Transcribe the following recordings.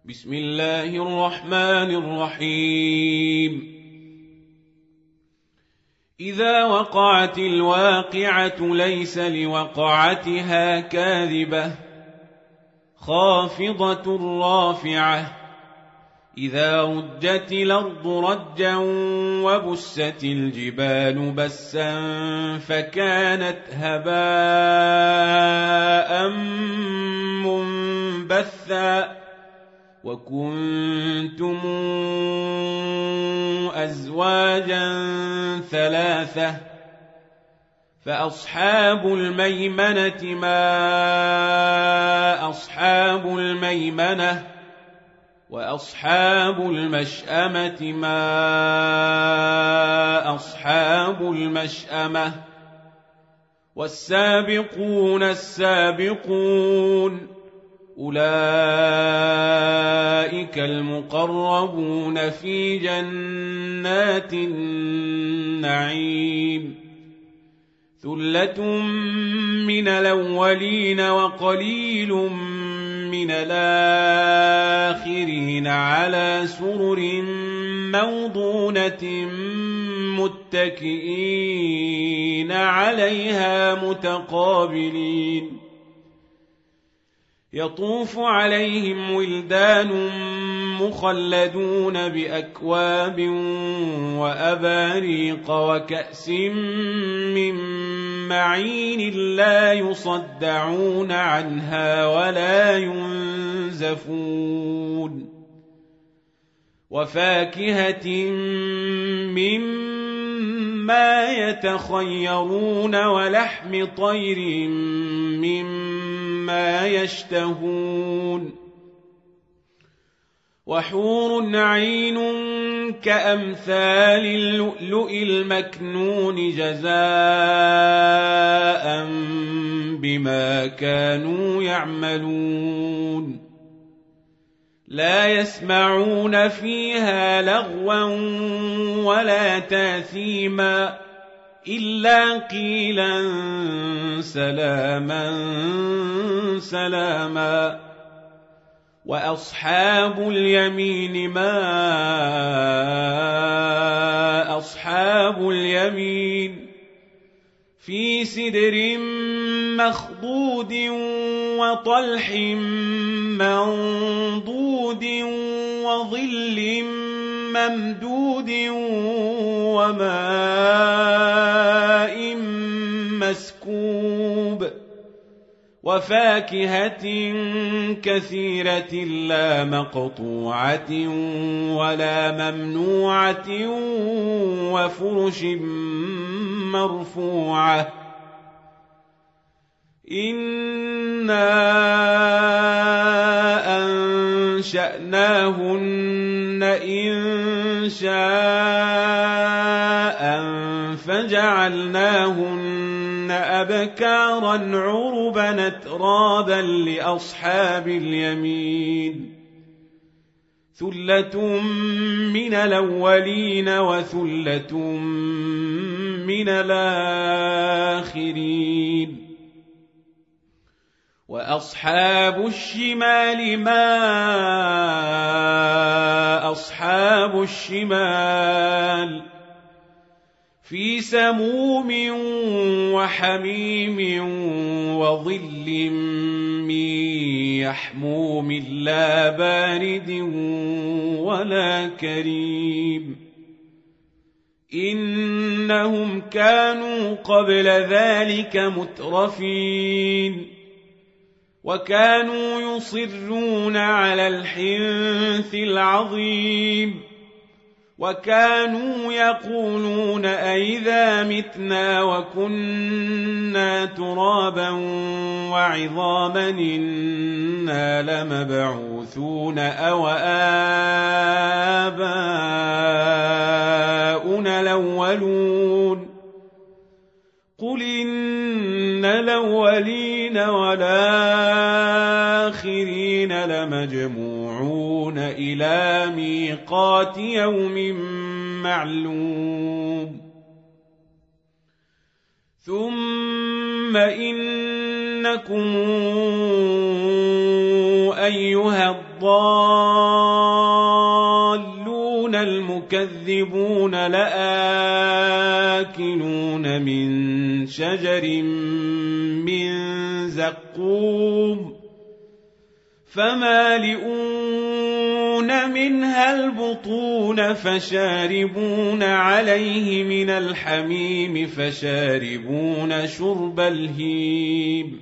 بسم الله الرحمن الرحيم. إذا وقعت الواقعة ليس لوقعتها كاذبة خافضة رافعة إذا رجت الأرض رجا وبست الجبال بسا فكانت هباء منبثا وكنتم أزواجا ثلاثة فأصحاب الميمنة ما أصحاب الميمنة وأصحاب المشأمة ما أصحاب المشأمة والسابقون السابقون أولئك المقربون في جنات النعيم ثلة من الأولين وقليل من الآخرين على سرر موضونة متكئين عليها متقابلين يطوف عليهم ولدان مخلدون بأكواب وأباريق وكأس من معين لا يصدعون عنها ولا ينزفون وفاكهة مما يتخيرون ولحم طير مما يشتهون وحور عين كأمثال اللؤلؤ المكنون جزاء بما كانوا يعملون لا يسمعون فيها لغوا ولا تاثيما إلا قيلا سلاما سلاما وأصحاب اليمين ما أصحاب اليمين في سدر مخضود وطلح منضود وظل ممدود وماء مسكوب وفاكهة كثيرة لا مقطوعة ولا ممنوعة وفرش مرفوعة إنا أنشأناهن إن شاء فجعلناهن أبكارا عربا أترابا لأصحاب اليمين ثلة من الأولين وثلة من الآخرين وأصحاب الشمال ما أصحاب الشمال في سموم وحميم وظل من يحموم لا بارد ولا كريم إنهم كانوا قبل ذلك مترفين وكانوا يصرون على الحنث العظيم وكانوا يقولون أئذا متنا وكنا ترابا وعظاما إنا لمبعوثون أو آباؤنا الأولون قل إن الأولين والآخرين لمجموعون إلى ميقات يوم معلوم ثم إنكم أيها الضالون المكذبون لآكلون من شجر من زقوم فمالئون منها البطون فشاربون عليه من الحميم فشاربون شرب الهيم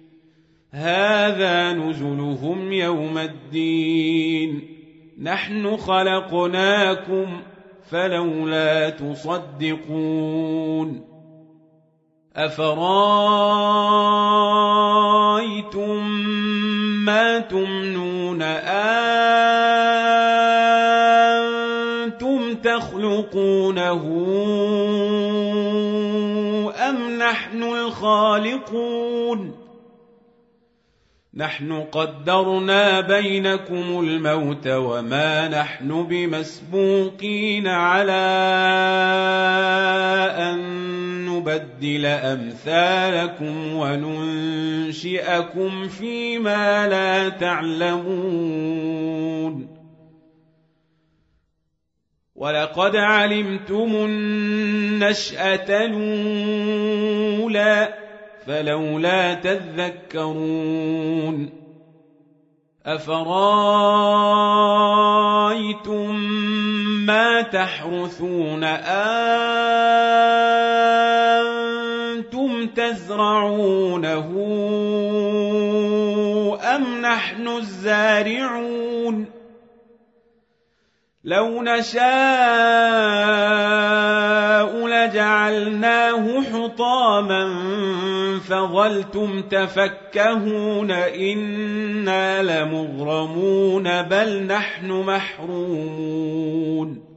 هذا نزلهم يوم الدين نحن خلقناكم فلولا تصدقون أفرأيتم ما تمنون أنتم تخلقونه أم نحن الخالقون نحن قدرنا بينكم الموت وما نحن بمسبوقين على أن نبدل أمثالكم وننشئكم فيما لا تعلمون ولقد علمتم النشأة الأولى فلولا تذكرون أفرأيتم ما تحرثون أنتم تزرعونه أم نحن الزارعون لو نشاء لجعلناه حطاما فظلتم تفكهون إنا لمغرمون بل نحن محرومون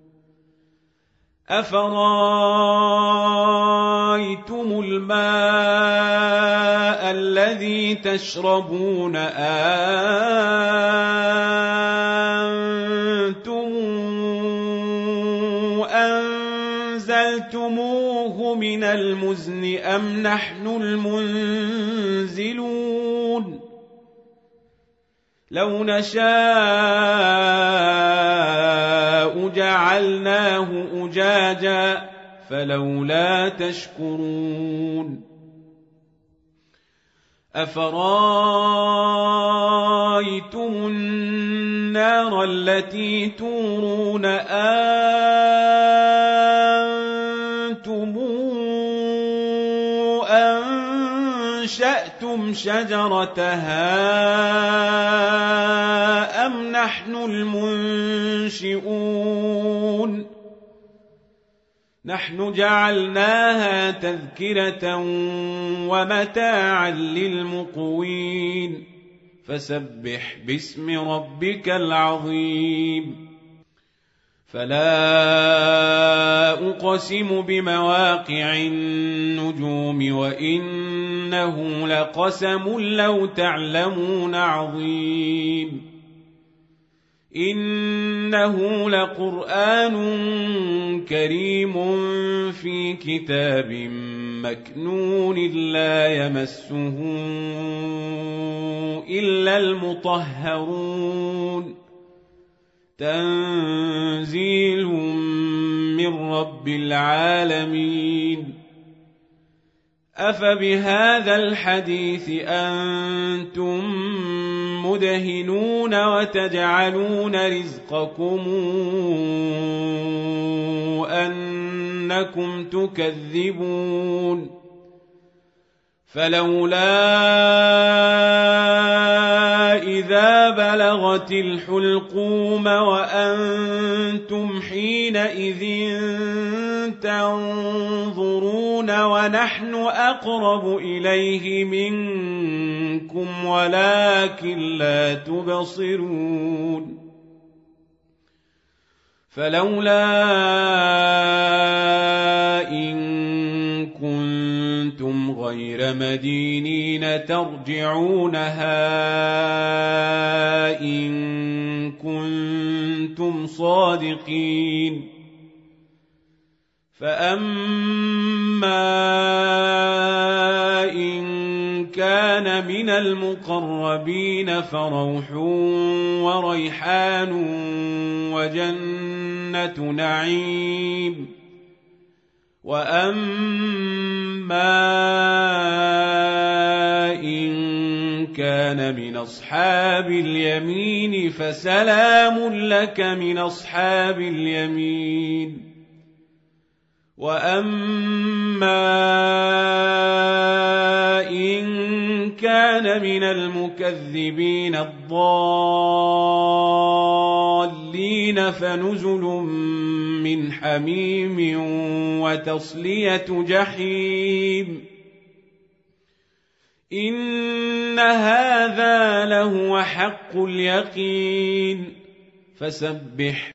أفرأيتم الماء الذي تشربون أنتم أنزلتموه من المزن أم نحن المنزلون لو نشاء جعلناه أجاجا فلولا تشكرون أفرأيتم النار التي تورون أنتم أنشأتم شجرتها أم نحن المنشئون نحن جعلناها تذكرة ومتاعا للمقوين فسبح باسم ربك العظيم فلا أقسم بمواقع النجوم وإنه لقسم لو تعلمون عظيم إنه لقرآن كريم في كتاب مكنون لا يمسه إلا المطهرون تنزيل من رب العالمين أفبهذا الحديث أنتم مدهنون وتجعلون رزقكم أنكم تكذبون فلولا إذا بلغت الحلقوم وأنتم حينئذ تنظرون ونحن أقرب إليه منكم ولكن لا تبصرون فلولا إن كنتم غير مدينين ترجعونها إن كنتم صادقين فأما إن كان من المقربين فروح وريحان وجنة نعيم. وأما إن كان من أصحاب اليمين فسلام لك من أصحاب اليمين. وأما إن كان من المكذبين الضالين فنزل من حميم وتصلية جحيم. إن هذا لهو حق اليقين. فسبح